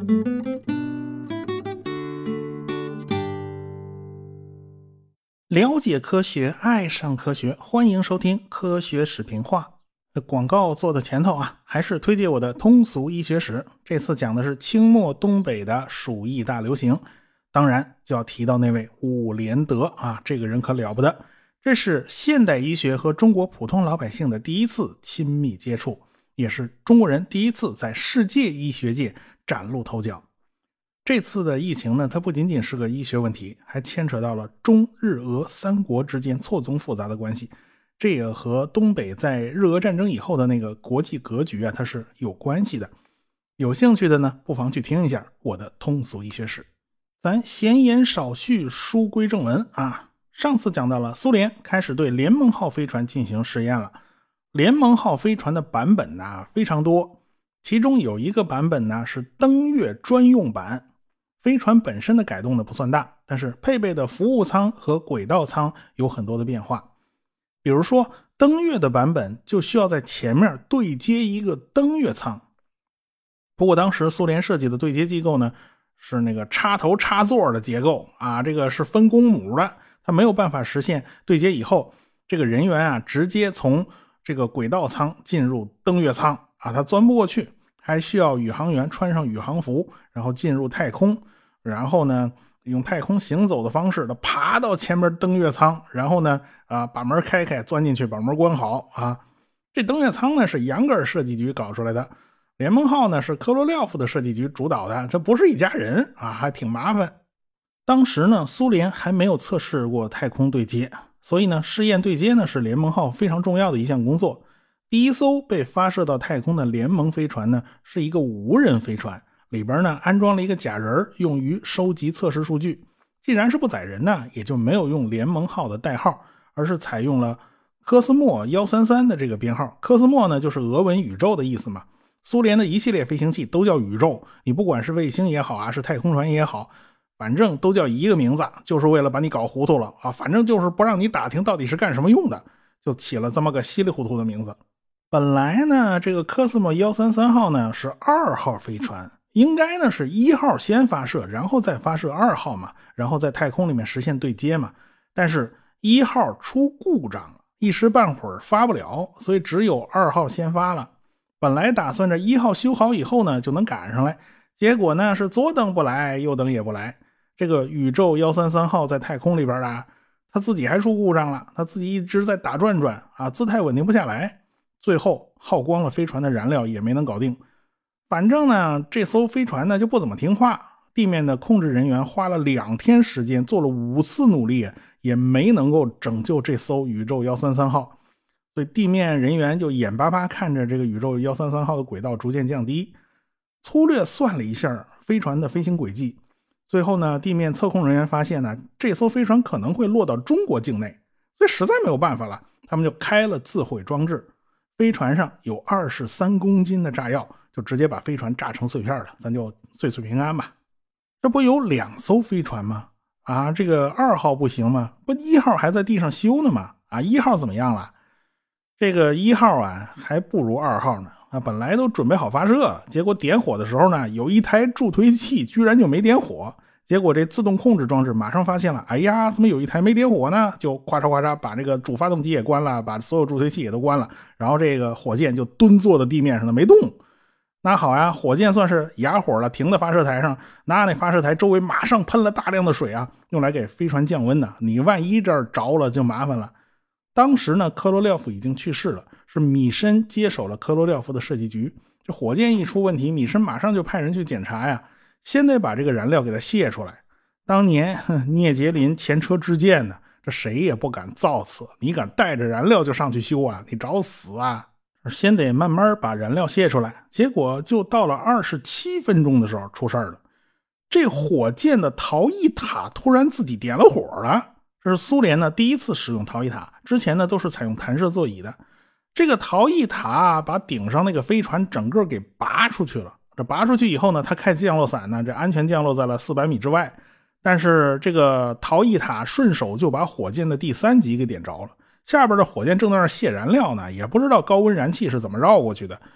了解科学，爱上科学，欢迎收听科学视频化。广告做的前头啊，还是推荐我的通俗医学史。这次讲的是清末东北的鼠疫大流行，当然就要提到那位伍连德啊，这个人可了不得。这是现代医学和中国普通老百姓的第一次亲密接触，也是中国人第一次在世界医学界崭露头角。这次的疫情呢，它不仅仅是个医学问题，还牵扯到了中日俄三国之间错综复杂的关系。这也和东北在日俄战争以后的那个国际格局啊，它是有关系的。有兴趣的呢，不妨去听一下我的通俗医学史。咱闲言少叙，书归正文啊。上次讲到了苏联开始对联盟号飞船进行试验了。联盟号飞船的版本呢非常多，其中有一个版本呢是登月专用版。飞船本身的改动呢不算大，但是配备的服务舱和轨道舱有很多的变化。比如说登月的版本就需要在前面对接一个登月舱。不过当时苏联设计的对接机构呢是那个插头插座的结构啊，这个是分公母的，它没有办法实现对接以后这个人员啊直接从这个轨道舱进入登月舱啊，它钻不过去，还需要宇航员穿上宇航服，然后进入太空，然后呢用太空行走的方式爬到前面登月舱，然后呢把门开钻进去，把门关好啊。这登月舱呢是扬格尔设计局搞出来的，联盟号呢是科罗廖夫的设计局主导的，这不是一家人啊，还挺麻烦。当时呢苏联还没有测试过太空对接，所以呢试验对接呢是联盟号非常重要的一项工作。第一艘被发射到太空的联盟飞船呢是一个无人飞船，里边呢安装了一个假人，用于收集测试数据。既然是不载人呢，也就没有用联盟号的代号，而是采用了科斯莫133的这个编号。科斯莫呢就是俄文宇宙的意思嘛。苏联的一系列飞行器都叫宇宙，你不管是卫星也好啊，是太空船也好，反正都叫一个名字，就是为了把你搞糊涂了啊，反正就是不让你打听到底是干什么用的，就起了这么个稀里糊涂的名字。本来呢这个科斯莫133号呢是2号飞船，应该呢是1号先发射，然后再发射2号嘛，然后在太空里面实现对接嘛。但是1号出故障了，一时半会儿发不了，所以只有2号先发了。本来打算着1号修好以后呢就能赶上来，结果呢是左等不来右等也不来。这个宇宙133号在太空里边啊，他自己还出故障了，他自己一直在打转转啊，姿态稳定不下来，最后耗光了飞船的燃料也没能搞定。反正呢这艘飞船呢就不怎么听话，地面的控制人员花了2天时间，做了5次努力，也没能够拯救这艘宇宙133号。所以地面人员就眼巴巴看着这个宇宙133号的轨道逐渐降低。粗略算了一下飞船的飞行轨迹，最后呢地面测控人员发现呢这艘飞船可能会落到中国境内，所以实在没有办法了，他们就开了自毁装置。飞船上有23公斤的炸药，就直接把飞船炸成碎片了，咱就岁岁平安吧。这不有2艘飞船吗？啊，这个2号不行吗？不1号还在地上修呢吗？啊，1号怎么样了？这个1号啊还不如2号呢。啊，本来都准备好发射了，结果点火的时候呢有一台助推器居然就没点火，结果这自动控制装置马上发现了，哎呀怎么有一台没点火呢，就咵嚓咵嚓把这个主发动机也关了，把所有助推器也都关了，然后这个火箭就蹲坐在地面上的没动。那好呀，火箭算是哑火了，停在发射台上，那发射台周围马上喷了大量的水啊，用来给飞船降温呢，你万一这儿着了就麻烦了。当时呢科罗廖夫已经去世了，是米申接手了科罗廖夫的设计局。这火箭一出问题，米申马上就派人去检查呀，先得把这个燃料给它泄出来。当年聂杰林前车之鉴呢，这谁也不敢造次，你敢带着燃料就上去修啊，你找死啊。先得慢慢把燃料泄出来，结果就到了27分钟的时候出事了。这火箭的逃逸塔突然自己点了火了。这是苏联呢第一次使用逃逸塔，之前呢都是采用弹射座椅的。这个逃逸塔把顶上那个飞船整个给拔出去了。这拔出去以后呢，它开降落伞呢，这安全降落在了400米之外。但是这个逃逸塔顺手就把火箭的第3级给点着了。下边的火箭正在那泄燃料呢，也不知道高温燃气是怎么绕过去的。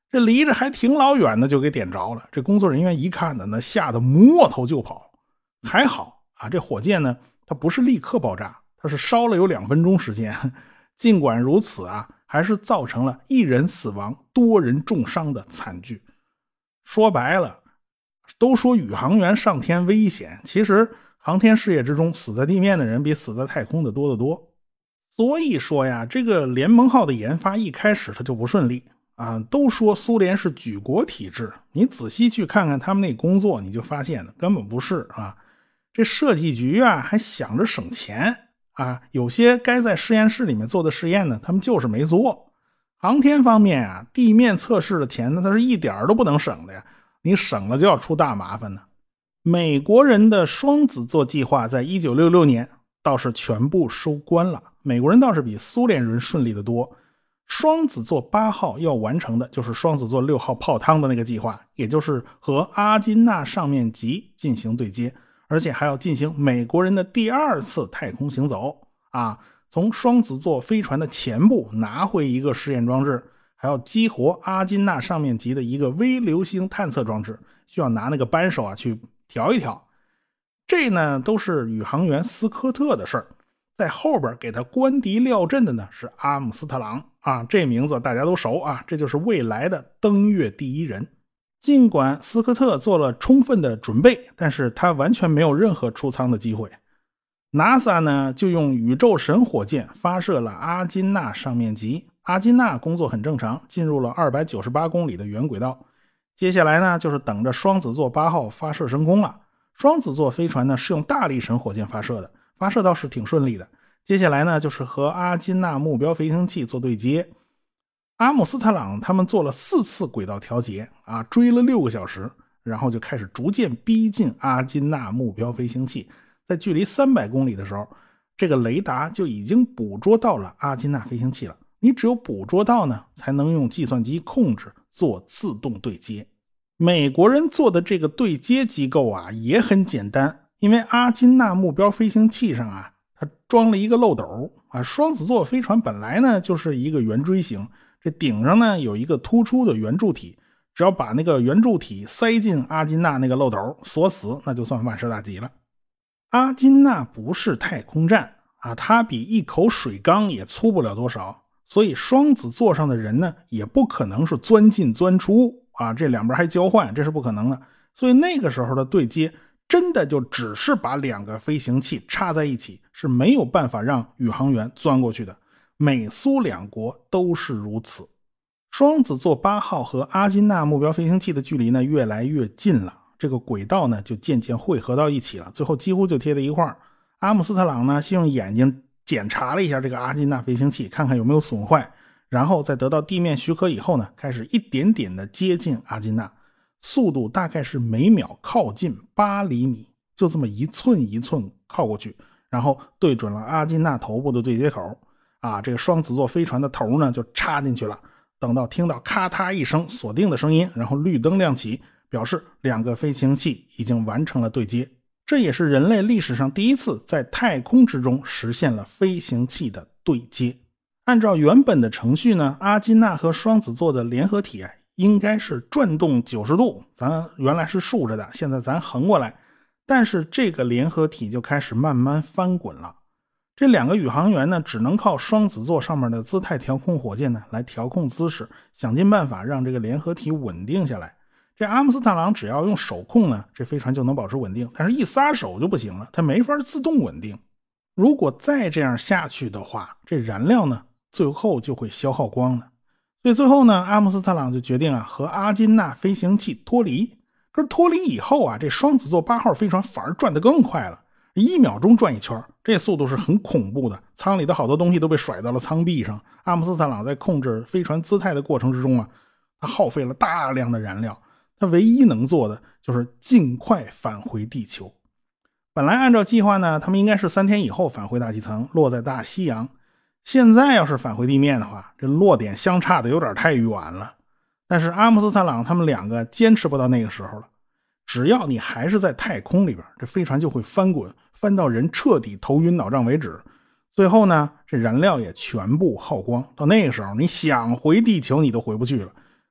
这离着还挺老远的就给点着了。这工作人员一看呢，那吓得摸头就跑。还好啊，这火箭呢，它不是立刻爆炸，它是烧了有2分钟时间。尽管如此啊，还是造成了1人死亡、多人重伤的惨剧。说白了，都说宇航员上天危险，其实航天事业之中死在地面的人比死在太空的多得多。所以说呀，这个联盟号的研发一开始它就不顺利啊。都说苏联是举国体制，你仔细去看看他们那工作，你就发现了根本不是啊。这设计局啊还想着省钱啊，有些该在实验室里面做的实验呢，他们就是没做。航天方面啊，地面测试的钱呢，它是一点都不能省的呀，你省了就要出大麻烦呢。美国人的双子座计划在1966年倒是全部收官了，美国人倒是比苏联人顺利得多。双子座8号要完成的就是双子座6号泡汤的那个计划，也就是和阿金纳上面级进行对接，而且还要进行美国人的第2次太空行走啊，从双子座飞船的前部拿回一个试验装置，还要激活阿金纳上面级的一个微流星探测装置，需要拿那个扳手啊去调一调。这呢都是宇航员斯科特的事儿，在后边给他官敌廖阵的呢是阿姆斯特朗啊，这名字大家都熟啊，这就是未来的登月第1人。尽管斯科特做了充分的准备，但是他完全没有任何出舱的机会。NASA 呢就用宇宙神火箭发射了阿金纳上面级，阿金纳工作很正常，进入了298公里的原轨道。接下来呢就是等着双子座8号发射升空了。双子座飞船呢是用大力神火箭发射的，发射倒是挺顺利的。接下来呢就是和阿金纳目标飞行器做对接。阿姆斯特朗他们做了4次轨道调节啊，追了6个小时，然后就开始逐渐逼近阿金纳目标飞行器。在距离300公里的时候，这个雷达就已经捕捉到了阿金纳飞行器了。你只有捕捉到呢，才能用计算机控制做自动对接。美国人做的这个对接机构啊也很简单，因为阿金纳目标飞行器上啊，它装了一个漏斗啊。双子座飞船本来呢就是一个圆锥形，这顶上呢有一个突出的圆柱体，只要把那个圆柱体塞进阿金纳那个漏斗锁死，那就算万事大吉了。阿金纳不是太空站啊，它比一口水缸也粗不了多少，所以双子座上的人呢也不可能是钻进钻出啊，这两边还交换，这是不可能的。所以那个时候的对接真的就只是把2个飞行器插在一起，是没有办法让宇航员钻过去的。美苏2国都是如此。双子座8号和阿金纳目标飞行器的距离呢越来越近了，这个轨道呢就渐渐汇合到一起了，最后几乎就贴在一块儿。阿姆斯特朗呢先用眼睛检查了一下这个阿金纳飞行器，看看有没有损坏，然后在得到地面许可以后呢，开始一点点的接近阿金纳，速度大概是每秒靠近8厘米，就这么一寸一寸靠过去，然后对准了阿金纳头部的对接口啊，这个双子座飞船的头呢就插进去了。等到听到咔嗒一声锁定的声音，然后绿灯亮起，表示2个飞行器已经完成了对接。这也是人类历史上第一次在太空之中实现了飞行器的对接。按照原本的程序呢，阿金纳和双子座的联合体应该是转动90度，咱原来是竖着的，现在咱横过来，但是这个联合体就开始慢慢翻滚了。这2个宇航员呢，只能靠双子座上面的姿态调控火箭呢来调控姿势，想尽办法让这个联合体稳定下来。这阿姆斯特朗只要用手控呢，这飞船就能保持稳定，但是一撒手就不行了，它没法自动稳定。如果再这样下去的话，这燃料呢最后就会消耗光了。所以最后呢，阿姆斯特朗就决定和阿金纳飞行器脱离。可是脱离以后啊，这双子座8号飞船反而转得更快了，1秒钟转一圈，这速度是很恐怖的。舱里的好多东西都被甩到了舱壁上。阿姆斯特朗在控制飞船姿态的过程之中啊，他耗费了大量的燃料，他唯一能做的就是尽快返回地球。本来按照计划呢，他们应该是3天以后返回大气层，落在大西洋。现在要是返回地面的话，这落点相差的有点太远了。但是阿姆斯特朗他们2个坚持不到那个时候了。只要你还是在太空里边，这飞船就会翻滚，翻到人彻底头晕脑胀为止。最后呢，这燃料也全部耗光。到那个时候，你想回地球你都回不去了，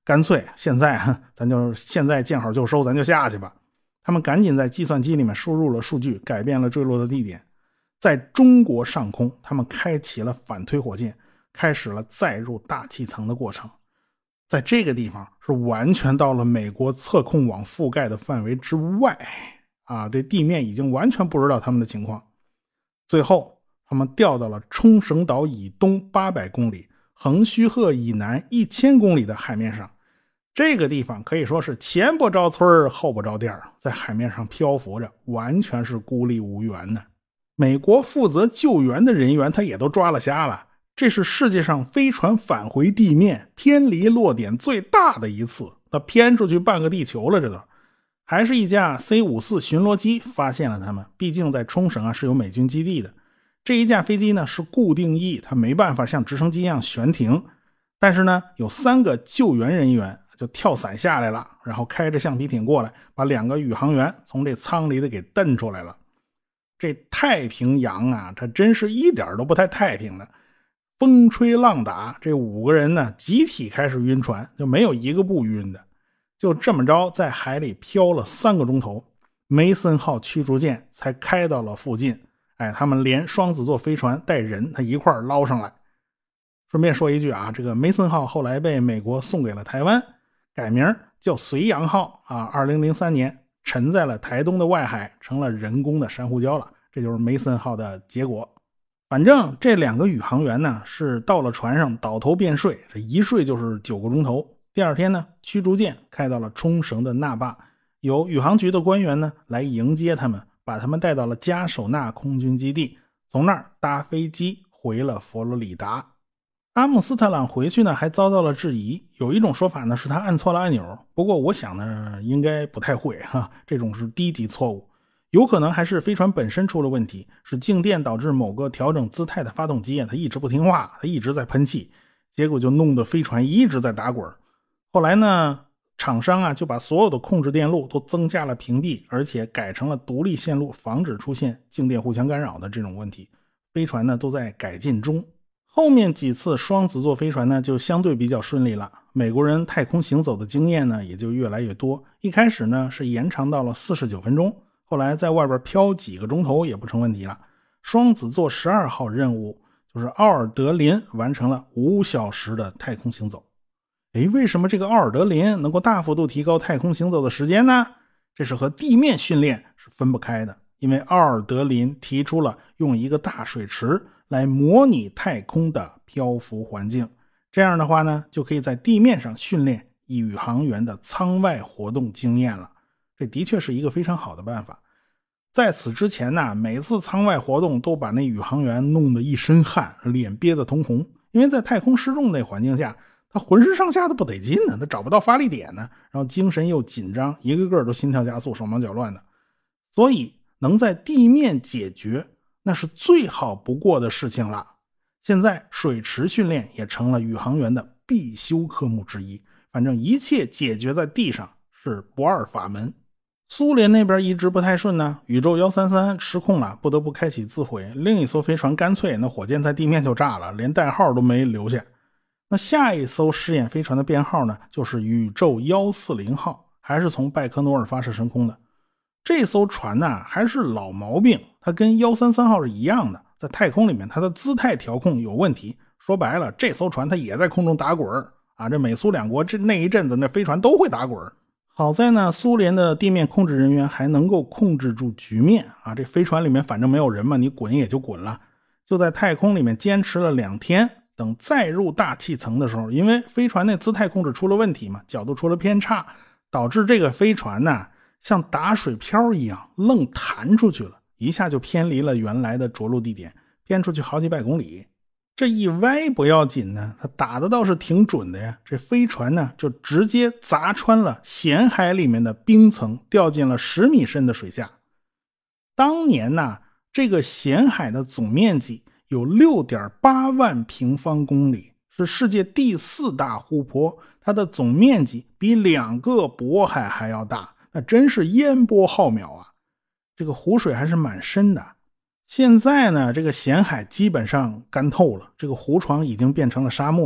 干脆现在咱就现在见好就收，咱就下去吧。他们赶紧在计算机里面输入了数据，改变了坠落的地点。在中国上空，他们开启了反推火箭，开始了载入大气层的过程。在这个地方是完全到了美国测控网覆盖的范围之外啊，这地面已经完全不知道他们的情况。最后他们掉到了冲绳岛以东800公里，横须贺以南1000公里的海面上。这个地方可以说是前不着村后不着店，在海面上漂浮着，完全是孤立无援的。美国负责救援的人员他也都抓了瞎了，这是世界上飞船返回地面偏离落点最大的一次，它偏出去半个地球了，这都还是一架 C-54 巡逻机发现了他们，毕竟在冲绳是有美军基地的。这一架飞机呢是固定翼，它没办法像直升机一样悬停，但是呢有3个救援人员就跳伞下来了，然后开着橡皮艇过来，把2个宇航员从这舱里给蹬出来了。这太平洋啊，它真是一点都不太太平的，风吹浪打，这5个人呢集体开始晕船，就没有一个不晕的。就这么着在海里漂了3个钟头，梅森号驱逐舰才开到了附近。他们连双子座飞船带人他一块捞上来。顺便说一句啊，这个梅森号后来被美国送给了台湾，改名叫绥阳号啊，2003年沉在了台东的外海，成了人工的珊瑚礁了。这就是梅森号的结果。反正这2个宇航员呢是到了船上倒头便睡，这一睡就是9个钟头。第二天呢，驱逐舰开到了冲绳的那霸，有宇航局的官员呢来迎接他们，把他们带到了加手纳空军基地，从那儿搭飞机回了佛罗里达。阿姆斯特朗回去呢还遭到了质疑，有一种说法呢是他按错了按钮，不过我想呢应该不太会这种是低级错误，有可能还是飞船本身出了问题，是静电导致某个调整姿态的发动机它一直不听话，它一直在喷气，结果就弄得飞船一直在打滚。后来呢厂商就把所有的控制电路都增加了屏蔽，而且改成了独立线路，防止出现静电互相干扰的这种问题。飞船呢都在改进中。后面几次双子座飞船呢就相对比较顺利了，美国人太空行走的经验呢也就越来越多。一开始呢是延长到了49分钟，后来在外边飘几个钟头也不成问题了。双子座12号任务就是奥尔德林完成了5小时的太空行走。为什么这个奥尔德林能够大幅度提高太空行走的时间呢？这是和地面训练是分不开的，因为奥尔德林提出了用一个大水池来模拟太空的漂浮环境，这样的话呢就可以在地面上训练宇航员的舱外活动经验了。这的确是一个非常好的办法。在此之前呢，每次舱外活动都把那宇航员弄得一身汗，脸憋得通红，因为在太空失重那环境下，他浑身上下都不得劲呢，他找不到发力点呢，然后精神又紧张，一个个都心跳加速，手忙脚乱的。所以能在地面解决那是最好不过的事情了。现在水池训练也成了宇航员的必修科目之一，反正一切解决在地上是不二法门。苏联那边一直不太顺呢，宇宙133失控了，不得不开启自毁，另一艘飞船干脆那火箭在地面就炸了，连代号都没留下。那下一艘试验飞船的编号呢就是宇宙140号，还是从拜科努尔发射升空的。这艘船呢还是老毛病，它跟133号是一样的，在太空里面它的姿态调控有问题。说白了，这艘船它也在空中打滚这美苏两国那一阵子那飞船都会打滚。好在呢苏联的地面控制人员还能够控制住局面这飞船里面反正没有人嘛，你滚也就滚了。就在太空里面坚持了2天，等再入大气层的时候，因为飞船那姿态控制出了问题嘛，角度出了偏差，导致这个飞船呢像打水漂一样愣弹出去了，一下就偏离了原来的着陆地点，偏出去好几百公里。这一歪不要紧呢，它打的倒是挺准的呀。这飞船呢就直接砸穿了咸海里面的冰层，掉进了10米深的水下。当年呢这个咸海的总面积有 6.8 万平方公里，是世界第4大湖泊，它的总面积比2个渤海还要大，那真是烟波浩渺啊。这个湖水还是蛮深的。现在呢这个咸海基本上干透了，这个湖床已经变成了沙漠，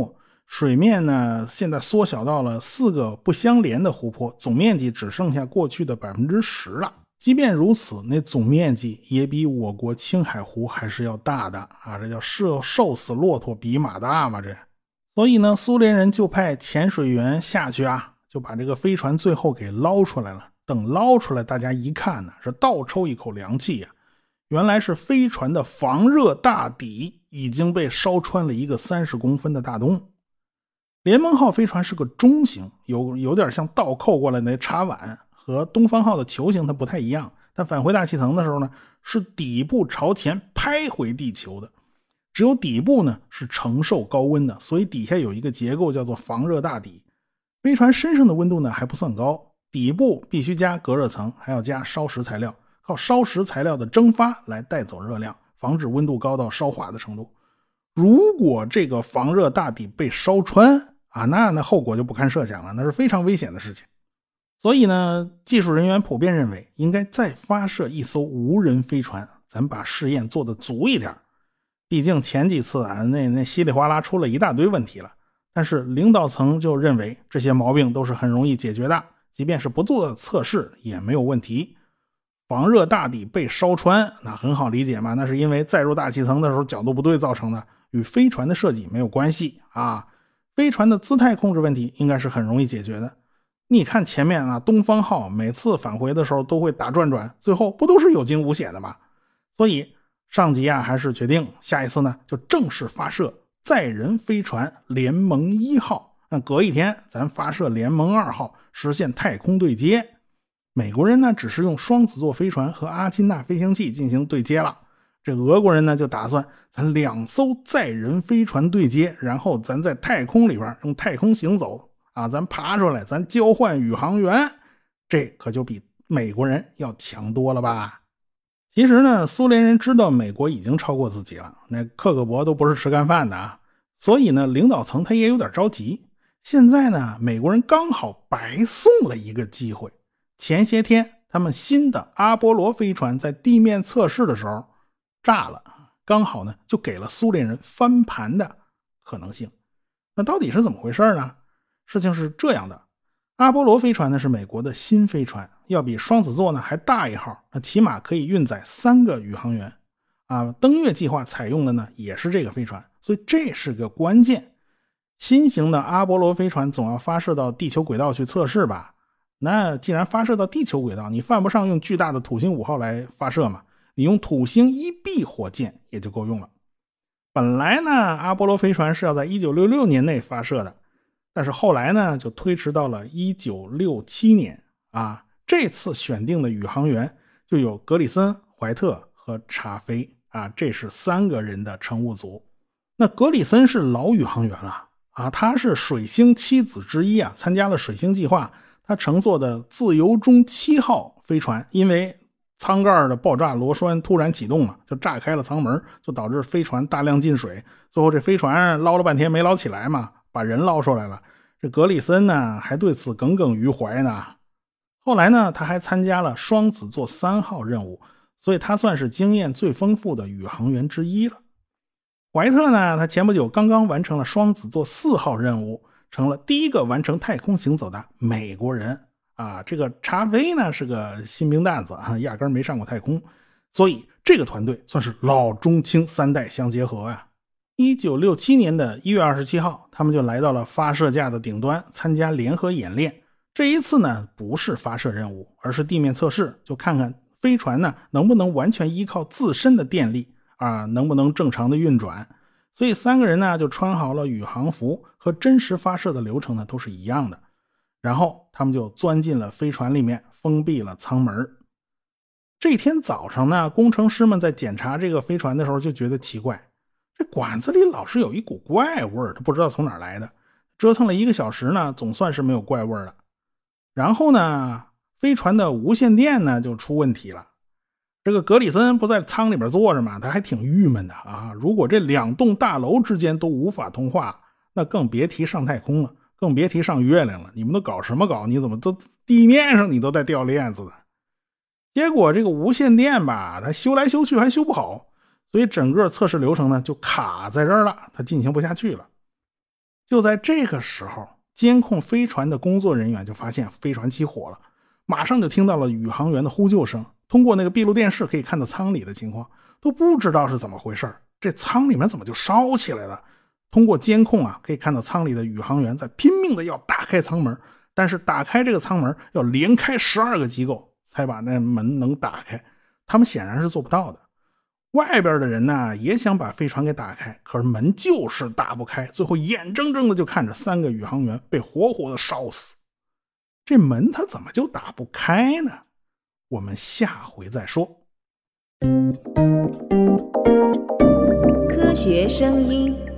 水面呢现在缩小到了4个不相连的湖泊，总面积只剩下过去的 10% 了。即便如此，那总面积也比我国青海湖还是要大的啊！这叫瘦死骆驼比马大嘛，这。所以呢，苏联人就派潜水员下去啊，就把这个飞船最后给捞出来了。等捞出来，大家一看呢，是倒抽一口凉气呀！原来是飞船的防热大底已经被烧穿了一个30公分的大洞。联盟号飞船是个中型，有点像倒扣过来的茶碗，和东方号的球形它不太一样。它返回大气层的时候呢，是底部朝前拍回地球的。只有底部呢是承受高温的，所以底下有一个结构叫做防热大底。飞船身上的温度呢还不算高，底部必须加隔热层，还要加烧蚀材料，靠烧蚀材料的蒸发来带走热量，防止温度高到烧化的程度。如果这个防热大底被烧穿啊，那后果就不堪设想了，那是非常危险的事情。所以呢，技术人员普遍认为应该再发射一艘无人飞船，咱把试验做得足一点。毕竟前几次啊，那稀里哗啦出了一大堆问题了。但是领导层就认为这些毛病都是很容易解决的，即便是不做测试也没有问题。防热大底被烧穿，那很好理解嘛，那是因为载入大气层的时候角度不对造成的，与飞船的设计没有关系啊。飞船的姿态控制问题应该是很容易解决的。你看前面啊，东方号每次返回的时候都会打转转，最后不都是有惊无险的吗？所以上级啊还是决定下一次呢就正式发射载人飞船联盟1号，那隔一天咱发射联盟2号，实现太空对接。美国人呢只是用双子座飞船和阿金纳飞行器进行对接了，这俄国人呢就打算咱2艘载人飞船对接，然后咱在太空里边用太空行走啊，咱爬出来，咱交换宇航员，这可就比美国人要强多了吧。其实呢，苏联人知道美国已经超过自己了，那克格勃都不是吃干饭的啊，所以呢，领导层他也有点着急。现在呢，美国人刚好白送了一个机会。前些天他们新的阿波罗飞船在地面测试的时候炸了，刚好呢就给了苏联人翻盘的可能性。那到底是怎么回事呢？事情是这样的，阿波罗飞船呢是美国的新飞船，要比双子座呢还大一号，那起码可以运载3个宇航员啊。登月计划采用的呢也是这个飞船，所以这是个关键。新型的阿波罗飞船总要发射到地球轨道去测试吧？那既然发射到地球轨道，你犯不上用巨大的土星5号来发射嘛？你用土星 1B 火箭也就够用了。本来呢，阿波罗飞船是要在1966年内发射的。但是后来呢，就推迟到了1967年啊。这次选定的宇航员就有格里森、怀特和查菲啊，这是3个人的乘务组。那格里森是老宇航员了啊，他是水星7子之一啊，参加了水星计划。他乘坐的自由中7号飞船，因为舱盖的爆炸螺栓突然启动了，就炸开了舱门，就导致飞船大量进水。最后这飞船捞了半天没捞起来嘛，把人捞出来了。这格里森呢还对此耿耿于怀呢。后来呢，他还参加了双子座3号任务，所以他算是经验最丰富的宇航员之一了。怀特呢，他前不久刚刚完成了双子座4号任务，成了第一个完成太空行走的美国人啊。这个查菲呢是个新兵蛋子啊，压根没上过太空，所以这个团队算是老中青3代相结合啊。1967年的1月27号，他们就来到了发射架的顶端参加联合演练。这一次呢，不是发射任务，而是地面测试，就看看飞船呢能不能完全依靠自身的电力啊，能不能正常的运转。所以3个人呢就穿好了宇航服，和真实发射的流程呢都是一样的。然后他们就钻进了飞船里面，封闭了舱门。这天早上呢，工程师们在检查这个飞船的时候就觉得奇怪，这管子里老是有一股怪味儿，不知道从哪儿来的。折腾了1个小时呢，总算是没有怪味儿了。然后呢，飞船的无线电呢就出问题了。这个格里森不在舱里边坐着嘛，他还挺郁闷的啊。如果这2栋大楼之间都无法通话，那更别提上太空了，更别提上月亮了。你们都搞什么搞？你怎么都地面上你都在掉链子的？结果这个无线电吧，它修来修去还修不好，所以整个测试流程呢就卡在这儿了，它进行不下去了。 就在这个时候，监控飞船的工作人员就发现飞船起火了，马上就听到了宇航员的呼救声，通过那个闭路电视可以看到舱里的情况，都不知道是怎么回事，这舱里面怎么就烧起来了。通过监控可以看到舱里的宇航员在拼命的要打开舱门，但是打开这个舱门要连开12个机构才把那门能打开，他们显然是做不到的。外边的人呢也想把飞船给打开，可是门就是打不开，最后眼睁睁的就看着3个宇航员被活活的烧死。这门它怎么就打不开呢？我们下回再说。 科学声音